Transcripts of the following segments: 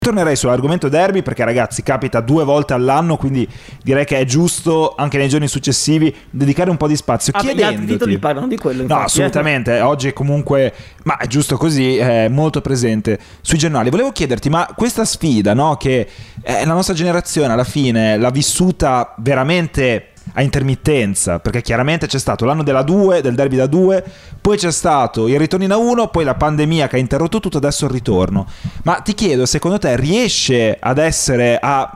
Tornerei sull'argomento derby perché ragazzi capita 2 volte all'anno, quindi direi che è giusto anche nei giorni successivi dedicare un po' di spazio. Gli altri titoli parlano di quello, infatti. No, assolutamente, oggi è comunque, ma è giusto così, è molto presente sui giornali. Volevo chiederti, ma questa sfida, no, che la nostra generazione alla fine l'ha vissuta veramente a intermittenza, perché chiaramente c'è stato l'anno della 2, del derby da 2, poi c'è stato il ritorno in A1, poi la pandemia che ha interrotto tutto, adesso il ritorno. Ma ti chiedo, secondo te riesce ad essere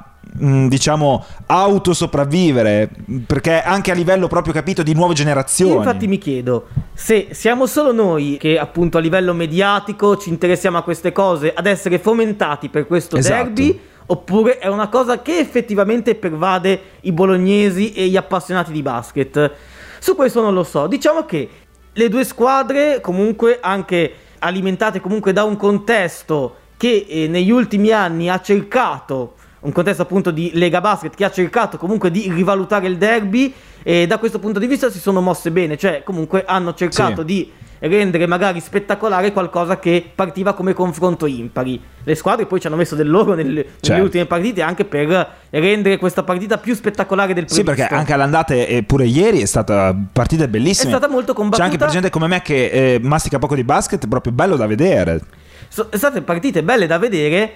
diciamo autosopravvivere, perché anche a livello proprio, capito, di nuove generazioni? Io infatti mi chiedo se siamo solo noi che appunto a livello mediatico ci interessiamo a queste cose ad essere fomentati per questo derby, oppure è una cosa che effettivamente pervade i bolognesi e gli appassionati di basket. Su questo non lo so. Diciamo che le due squadre, comunque anche alimentate comunque da un contesto che negli ultimi anni ha cercato, un contesto appunto di Lega Basket che ha cercato comunque di rivalutare il derby, e da questo punto di vista si sono mosse bene, cioè comunque hanno cercato di rendere magari spettacolare qualcosa che partiva come confronto impari. Le squadre poi ci hanno messo del loro nelle ultime partite anche per rendere questa partita più spettacolare del previsto. Sì, perché anche all'andata e pure ieri è stata partita bellissima. È stata molto combattuta. C'è anche per gente come me che mastica poco di basket, è proprio bello da vedere. Sono state partite belle da vedere,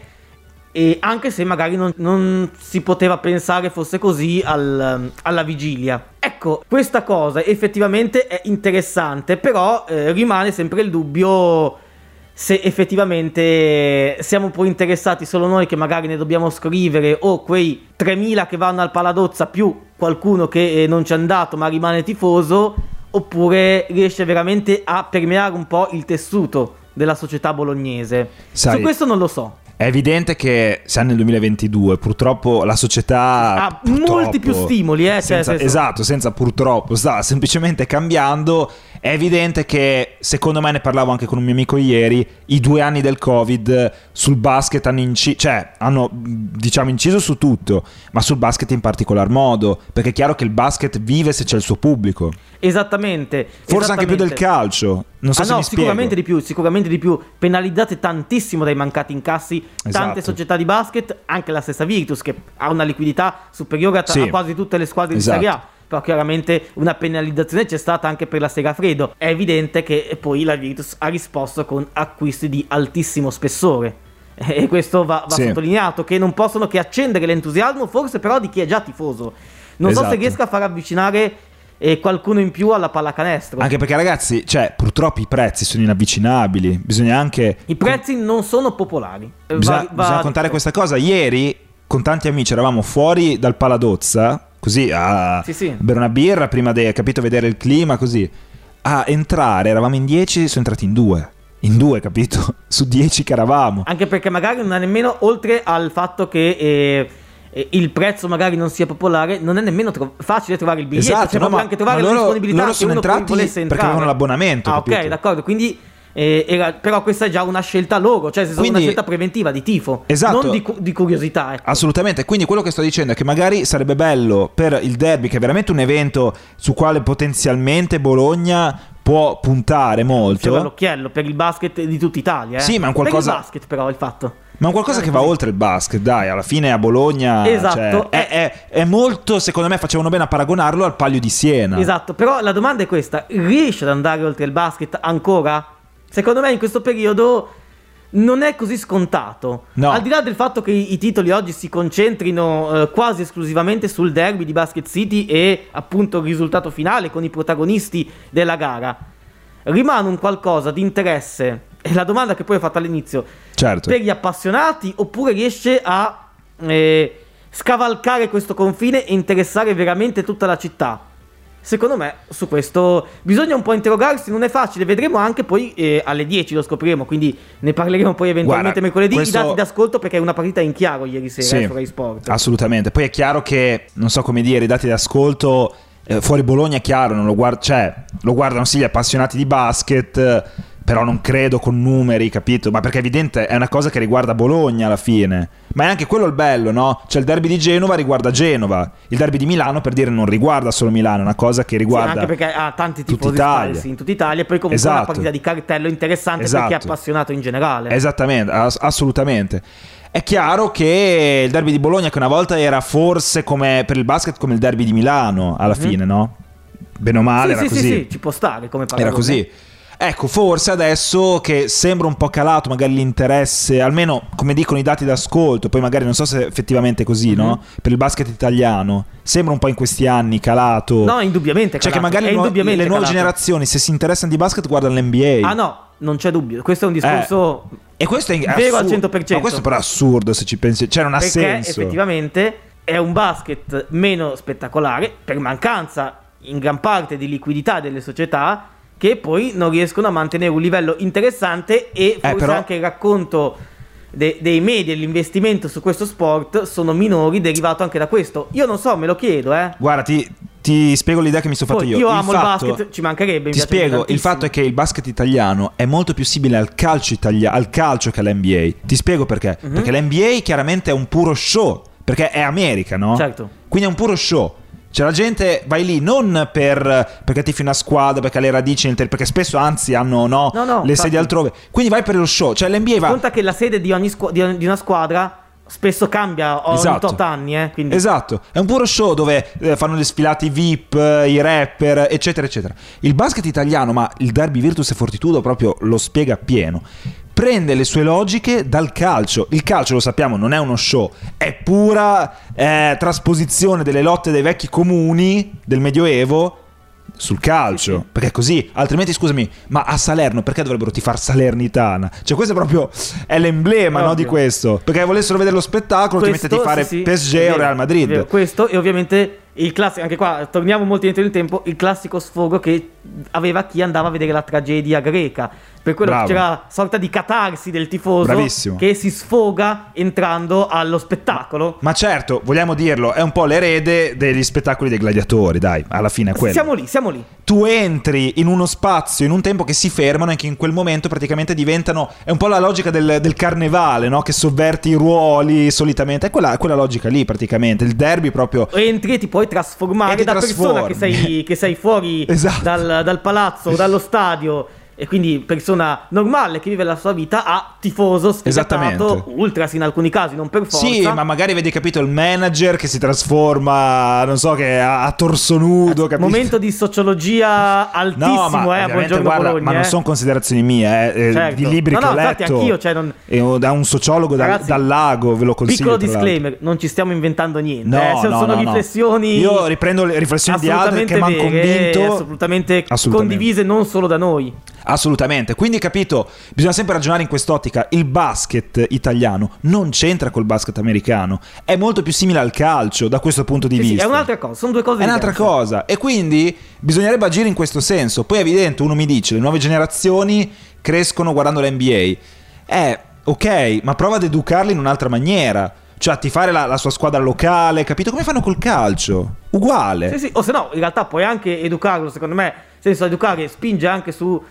e anche se magari non si poteva pensare fosse così alla vigilia. Ecco, questa cosa effettivamente è interessante, però rimane sempre il dubbio se effettivamente siamo poi interessati solo noi che magari ne dobbiamo scrivere, o quei 3.000 che vanno al Paladozza più qualcuno che non c'è andato ma rimane tifoso, oppure riesce veramente a permeare un po' il tessuto della società bolognese. Su questo non lo so. È evidente che siamo nel 2022, purtroppo la società ha molti più stimoli, senza purtroppo, sta semplicemente cambiando. È evidente che, secondo me, ne parlavo anche con un mio amico ieri, i 2 anni del Covid sul basket hanno diciamo inciso su tutto, ma sul basket in particolar modo, perché è chiaro che il basket vive se c'è il suo pubblico. Esattamente. Forse anche più del calcio. Non so se mi spiego. Sicuramente di più. Penalizzate tantissimo dai mancati incassi tante società di basket, anche la stessa Virtus che ha una liquidità superiore a quasi tutte le squadre di Serie A. Però chiaramente una penalizzazione c'è stata anche per la Segafredo. È evidente che poi la Virtus ha risposto con acquisti di altissimo spessore, e questo va sottolineato, che non possono che accendere l'entusiasmo, forse però di chi è già tifoso. Non so se riesca a far avvicinare qualcuno in più alla pallacanestro. Anche perché ragazzi, purtroppo i prezzi sono inavvicinabili. Bisogna anche... I prezzi non sono popolari. Bisogna contare questa cosa. Ieri con tanti amici eravamo fuori dal Paladozza, così a bere una birra prima di, capito, vedere il clima, così. A entrare, eravamo in 10, sono entrati in 2. In 2, capito? Su 10 che eravamo. Anche perché magari non è nemmeno, oltre al fatto che il prezzo magari non sia popolare, non è nemmeno facile trovare il biglietto, anche trovare la disponibilità. Loro sono entrati perché avevano l'abbonamento. Ok, d'accordo, quindi però questa è già una scelta loro, cioè una scelta preventiva di tifo, non di curiosità, ecco. Assolutamente, quindi quello che sto dicendo è che magari sarebbe bello per il derby, che è veramente un evento su quale potenzialmente Bologna può puntare molto. C'è l'occhiello per il basket di tutta Italia, Sì, ma è un qualcosa... per il basket però il fatto. Ma è un qualcosa che va oltre il basket, dai, alla fine a Bologna è molto, secondo me facevano bene a paragonarlo al Palio di Siena. Esatto, però la domanda è questa: riesce ad andare oltre il basket ancora? Secondo me in questo periodo non è così scontato, al di là del fatto che i titoli oggi si concentrino quasi esclusivamente sul derby di Basket City e appunto il risultato finale con i protagonisti della gara. Rimane un qualcosa di interesse, è la domanda che poi ho fatto all'inizio, per gli appassionati, oppure riesce a scavalcare questo confine e interessare veramente tutta la città? Secondo me su questo bisogna un po' interrogarsi, non è facile, vedremo anche poi alle 10 lo scopriremo, quindi ne parleremo poi eventualmente mercoledì. I dati d'ascolto, perché è una partita in chiaro ieri sera su Rai Sport. Assolutamente, poi è chiaro che, non so come dire, i dati d'ascolto fuori Bologna è chiaro, non lo lo guardano gli appassionati di basket, però non credo con numeri, capito? Ma perché è evidente, è una cosa che riguarda Bologna alla fine. Ma è anche quello il bello, no? Cioè il derby di Genova riguarda Genova, il derby di Milano, per dire, non riguarda solo Milano, è una cosa che riguarda anche perché ha tanti tifosi sparsi in tutta Italia, e poi comunque è una partita di cartello interessante per chi è appassionato in generale. Esattamente, assolutamente. È chiaro che il derby di Bologna, che una volta era forse come per il basket come il derby di Milano alla fine, no? Bene o male era così. Sì, ci può stare come paragone. Era così. Ecco, forse adesso che sembra un po' calato magari l'interesse, almeno come dicono i dati d'ascolto, poi magari non so se è effettivamente così, no? Per il basket italiano sembra un po' in questi anni calato. No, indubbiamente calato. Cioè che magari le nuove generazioni, se si interessano di basket, guardano l'NBA. Ah no, non c'è dubbio. Questo è un discorso e questo è vero al 100%. Ma questo però è assurdo se ci pensi, cioè non ha senso. Perché effettivamente è un basket meno spettacolare per mancanza in gran parte di liquidità delle società, che poi non riescono a mantenere un livello interessante, e forse però anche il racconto dei media e l'investimento su questo sport sono minori, derivato anche da questo. Io non so, me lo chiedo. Guarda, ti spiego l'idea che mi sono fatto io. Io amo il basket, ci mancherebbe. Ti spiego, il fatto è che il basket italiano è molto più simile al calcio che all'NBA. Ti spiego perché. Perché l'NBA chiaramente è un puro show, perché è America, no? Certo. Quindi è un puro show. Cioè la gente vai lì non perché tifi una squadra, perché ha le radici perché spesso anzi hanno le sedie altrove. Quindi vai per lo show. Cioè l'NBA va. Conta che la sede di una squadra spesso cambia ogni tot anni, quindi. Esatto, è un puro show dove fanno le sfilate i VIP, i rapper, eccetera eccetera. Il basket italiano, ma il derby Virtus e Fortitudo proprio lo spiega appieno, prende le sue logiche dal calcio. Il calcio, lo sappiamo, non è uno show, è pura trasposizione delle lotte dei vecchi comuni del Medioevo sul calcio, sì. Perché è così, altrimenti scusami, ma a Salerno perché dovrebbero tifar Salernitana? Cioè questo è proprio l'emblema, no, di questo, perché volessero vedere lo spettacolo ti metti a tifare PSG o Real Madrid. Questo, e ovviamente il classico, anche qua torniamo molto indietro nel tempo, il classico sfogo che aveva chi andava a vedere la tragedia greca, per quello che c'era una sorta di catarsi del tifoso. Bravissimo. Che si sfoga entrando allo spettacolo. Ma certo, vogliamo dirlo, è un po' l'erede degli spettacoli dei gladiatori, dai, alla fine è quello. Siamo lì. Tu entri in uno spazio, in un tempo che si fermano e che in quel momento praticamente diventano, è un po' la logica del carnevale, no? Che sovverti i ruoli solitamente, è quella logica lì praticamente, il derby proprio. Entri e ti puoi trasformare da persona che sei fuori esatto. dal palazzo o dallo stadio, e quindi persona normale che vive la sua vita, a tifoso sfegatato, ultras in alcuni casi, non per forza. Sì, ma magari vedi, capito, il manager che si trasforma, non so, che a torso nudo, capito? Momento di sociologia altissimo, a Buongiorno Bologna. Ma non sono considerazioni mie, certo. Di libri che ho letto. Anch'io, cioè da un sociologo. Ragazzi, dal Lago, ve lo consiglio. Piccolo disclaimer, non ci stiamo inventando niente. Sono riflessioni. Io riprendo le riflessioni di altri che mi hanno convinto. Assolutamente condivise non solo da noi. Assolutamente, quindi capito, bisogna sempre ragionare in quest'ottica. Il basket italiano non c'entra col basket americano, è molto più simile al calcio da questo punto di vista. Sì, è un'altra cosa, sono due cose diverse. È un'altra cosa, e quindi bisognerebbe agire in questo senso. Poi è evidente, uno mi dice, le nuove generazioni crescono guardando l'NBA. Ok, ma prova ad educarli in un'altra maniera. Cioè a tifare la sua squadra locale, capito? Come fanno col calcio? Uguale. Sì, o se no, in realtà puoi anche educarlo, secondo me. Nel senso, educare spinge anche su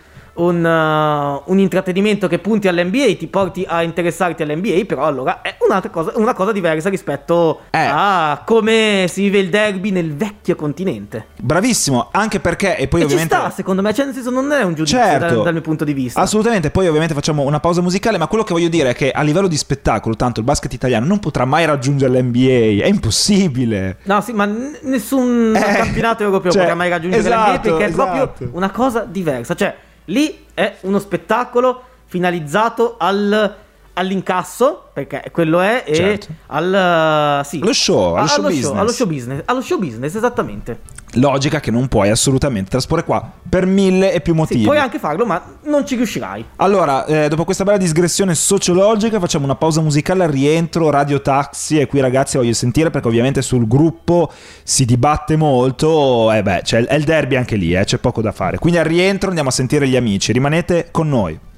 un intrattenimento che punti all'NBA, ti porti a interessarti all'NBA, però allora è un'altra cosa, una cosa diversa rispetto a come si vive il derby nel vecchio continente. Bravissimo, anche perché, e poi ovviamente ci sta, secondo me, cioè nel senso non è un giudizio, certo, dal mio punto di vista. Assolutamente, poi ovviamente facciamo una pausa musicale, ma quello che voglio dire è che a livello di spettacolo, tanto il basket italiano non potrà mai raggiungere l'NBA, è impossibile. No, sì, ma nessun campionato europeo potrà mai raggiungere l'NBA, perché è proprio una cosa diversa, cioè lì è uno spettacolo finalizzato all'incasso, perché quello è, e certo, allo show business, esattamente. Logica che non puoi assolutamente trasporre qua per 1000 e più motivi. Sì, puoi anche farlo, ma non ci riuscirai. Allora, dopo questa bella digressione sociologica, facciamo una pausa musicale. Al rientro Radio Taxi, e qui ragazzi voglio sentire, perché ovviamente sul gruppo si dibatte molto, è il derby anche lì, c'è poco da fare. Quindi al rientro andiamo a sentire gli amici, rimanete con noi.